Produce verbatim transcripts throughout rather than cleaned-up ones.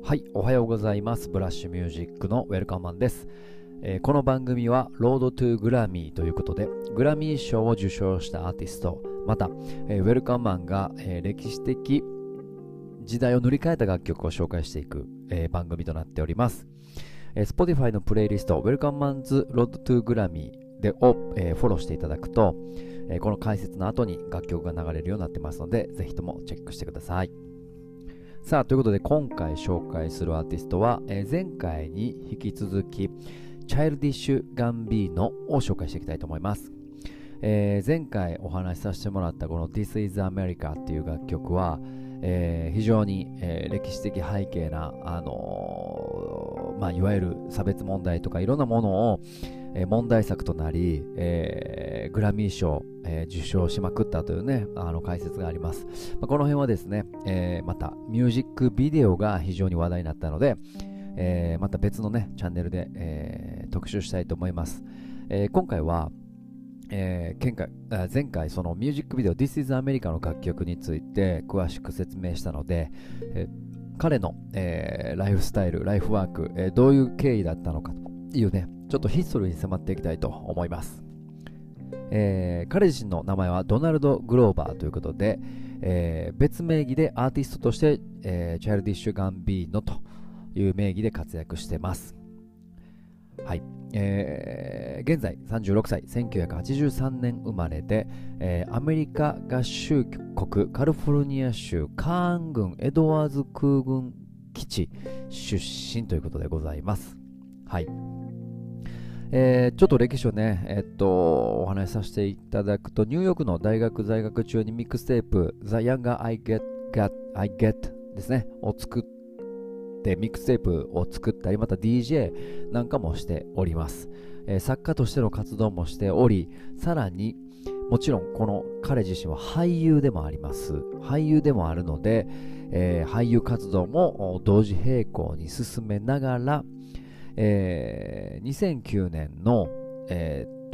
はい、おはようございます。ブラッシュミュージックのウェルカムマンです。えーこの番組はロードトゥグラミーということで、グラミー賞を受賞したアーティスト、また、えーウェルカムマンが、えー歴史的時代を塗り替えた楽曲を紹介していく、えー番組となっております。えー Spotify のプレイリスト、ウェルカムマンズロードトゥグラミーでを、えーフォローしていただくと、えーこの解説の後に楽曲が流れるようになってますので、ぜひともチェックしてください。さあ、ということで今回紹介するアーティストは、えー前回に引き続きチャイルディッシュ・ガンビーノを紹介していきたいと思います。えー前回お話しさせてもらったこの This is America っていう楽曲は、えー非常に、えー歴史的背景な、あのーまあ、いわゆる差別問題とかいろんなものを、えー問題作となり、えーグラミー賞、えー受賞しまくったというね、あの解説があります。まあ、この辺はですね、えーまたミュージックビデオが非常に話題になったので、えーまた別のねチャンネルで、えー特集したいと思います。えー今回は、えー前回あ前回そのミュージックビデオ This is America の楽曲について詳しく説明したので、えー彼の、えーライフスタイル、ライフワーク、えーどういう経緯だったのかというね、ちょっとヒストリーに迫っていきたいと思います。えー彼自身の名前はドナルド・グローバーということで、えー別名義でアーティストとして、えーチャイルディッシュ・ガンビーノという名義で活躍しています。はい、えー現在さんじゅうろくさい、せんきゅうひゃくはちじゅうさんねん生まれで、えーアメリカ合衆国カリフォルニア州カーン郡エドワーズ空軍基地出身ということでございます。はい、えーちょっと歴史をね、えっと、お話しさせていただくと、ニューヨークの大学在学中にミックステープ The Younger I Get, Get, I Get ですね、を作ってミックステープを作ったり、また ディージェー なんかもしております。えー作家としての活動もしており、さらにもちろんこの彼自身は俳優でもあります。俳優でもあるので、えー俳優活動も同時並行に進めながら、えーにせんきゅうねんの、えーっ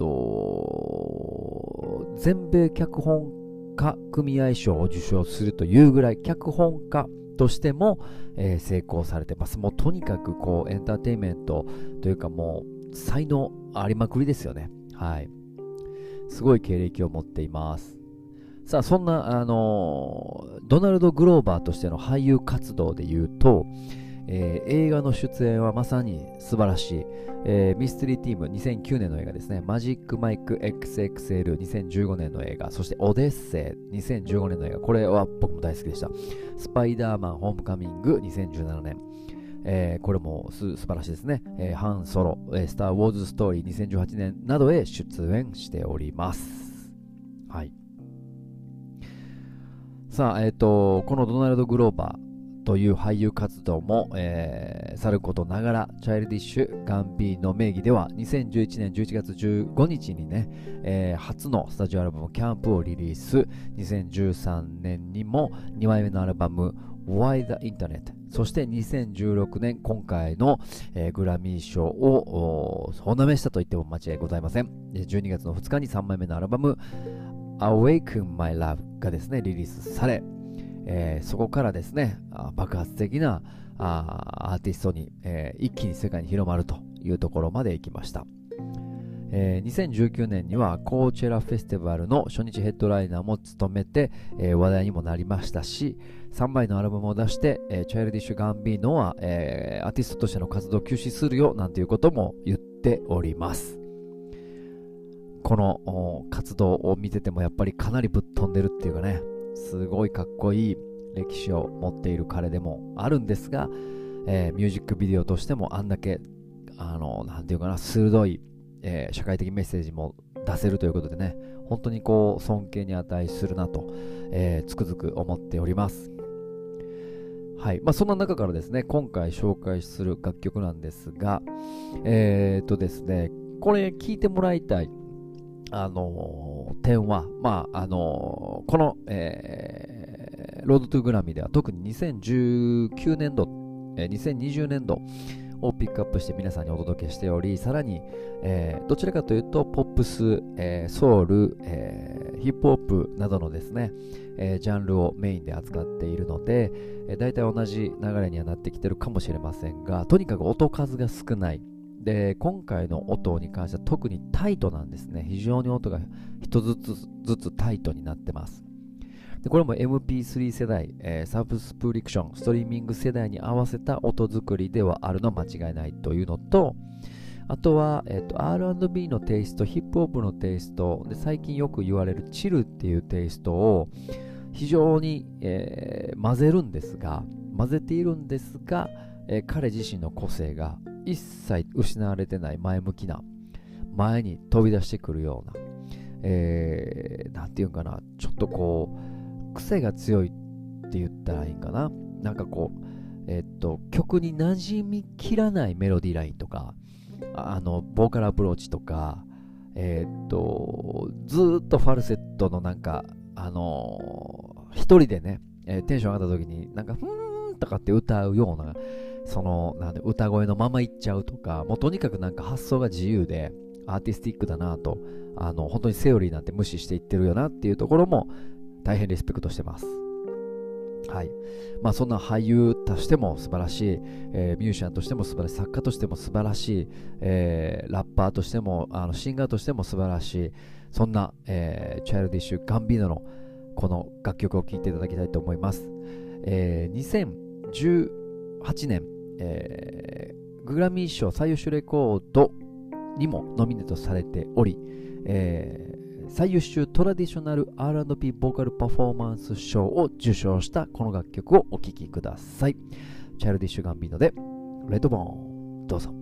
と全米脚本家組合賞を受賞するというぐらい脚本家としても、えー成功されてます。もうとにかくこうエンターテインメントというかもう才能ありまくりですよね。はい。すごい経歴を持っています。さあ、そんな、あのードナルド・グローバーとしての俳優活動で言うと、えー映画の出演はまさに素晴らしい、えーミステリーティームにせんきゅうねんの映画ですね、マジック・マイク エックスエックスエルにせんじゅうごねんの映画、そしてオデッセイにせんじゅうごねんの映画、これは僕も大好きでした。スパイダーマン・ホームカミングにせんじゅうななねん、えーこれもす素晴らしいですね。えーハン・ソロ、えースター・ウォーズ・ストーリーにせんじゅうはちねんなどへ出演しております。はい。さあ、えっ、と、このドナルド・グローバーという俳優活動も、えーさることながら、チャイルディッシュ・ガンビーの名義では、にせんじゅういちねんじゅういちがつじゅうごにちにね、えー初のスタジオアルバム、キャンプをリリース、にせんじゅうさんねんにもにまいめのアルバム、Why the Internet、そしてにせんじゅうろくねん、今回の、えーグラミー賞をおなめしたと言っても間違いございません。じゅうにがつのふつかにさんまいめのアルバム、Awaken My Love がですね、リリースされ、えーそこからですね、あ爆発的なあアーティストに、えー一気に世界に広まるというところまで行きました。えーにせんじゅうきゅうねんにはコーチェラフェスティバルの初日ヘッドライナーも務めて、えー話題にもなりましたし、さんまいのアルバムを出して、えーチャイルディッシュ・ガンビーノは、えーアーティストとしての活動を休止するよなんていうことも言っております。この活動を見ててもやっぱりかなりぶっ飛んでるっていうかね、すごいかっこいい歴史を持っている彼でもあるんですが、えーミュージックビデオとしてもあんだけあのなんていうかな鋭い、えー社会的メッセージも出せるということでね、本当にこう尊敬に値するなと、えーつくづく思っております。はい、まあ、そんな中からですね、今回紹介する楽曲なんですが、えー、っとですね、これ聴いてもらいたいあのー点は、まああのーこの、えーロードトゥグラミーでは特ににせんじゅうきゅうねんど、えーにせんにじゅうねんどをピックアップして皆さんにお届けしており、さらに、えーどちらかというとポップス、えーソウル、えーー、ヒップホップなどのですね、えー、ジャンルをメインで扱っているので、えー、大体同じ流れにはなってきてるかもしれませんが、とにかく音数が少ない。で、今回の音に関しては特にタイトなんですね。非常に音が一つずつずつタイトになってます。でこれも エムピースリー 世代、えー、サブスプリクション、ストリーミング世代に合わせた音作りではあるの間違いないというのと、あとは、えー、と アールアンドビー のテイスト、ヒップホップのテイストで、最近よく言われるチルっていうテイストを非常に、えー、混ぜるんですが、混ぜているんですが、えー、彼自身の個性が一切失われてない、前向きな、前に飛び出してくるような、えー、なんていうかな、ちょっとこう、癖が強いって言ったらいいかな。なんかこう、えっと、曲に馴染みきらないメロディーラインとか、あの、ボーカルアプローチとか、えっと、ずーっとファルセットのなんか、あのー、一人でね、えー、テンション上がった時に、なんか、ふーんとかって歌うような、その、なんで、歌声のままいっちゃうとか、もうとにかくなんか発想が自由で、アーティスティックだなと、あの、本当にセオリーなんて無視していってるよなっていうところも、大変リスペクトしてます。はい。まあそんな俳優としても素晴らしい、えー、ミュージシャンとしても素晴らしい、作家としても素晴らしい、えー、ラッパーとしても、あのシンガーとしても素晴らしい、そんな、えー、チャイルディッシュ・ガンビーノのこの楽曲を聴いていただきたいと思います。えー、にせんじゅうはちねん、えー、グラミー賞最優秀レコードにもノミネートされており、えー最優秀トラディショナル アールアンドビー ボーカルパフォーマンス賞を受賞したこの楽曲をお聴きください。チャイルディッシュ・ガンビーノでレッドボーン、どうぞ。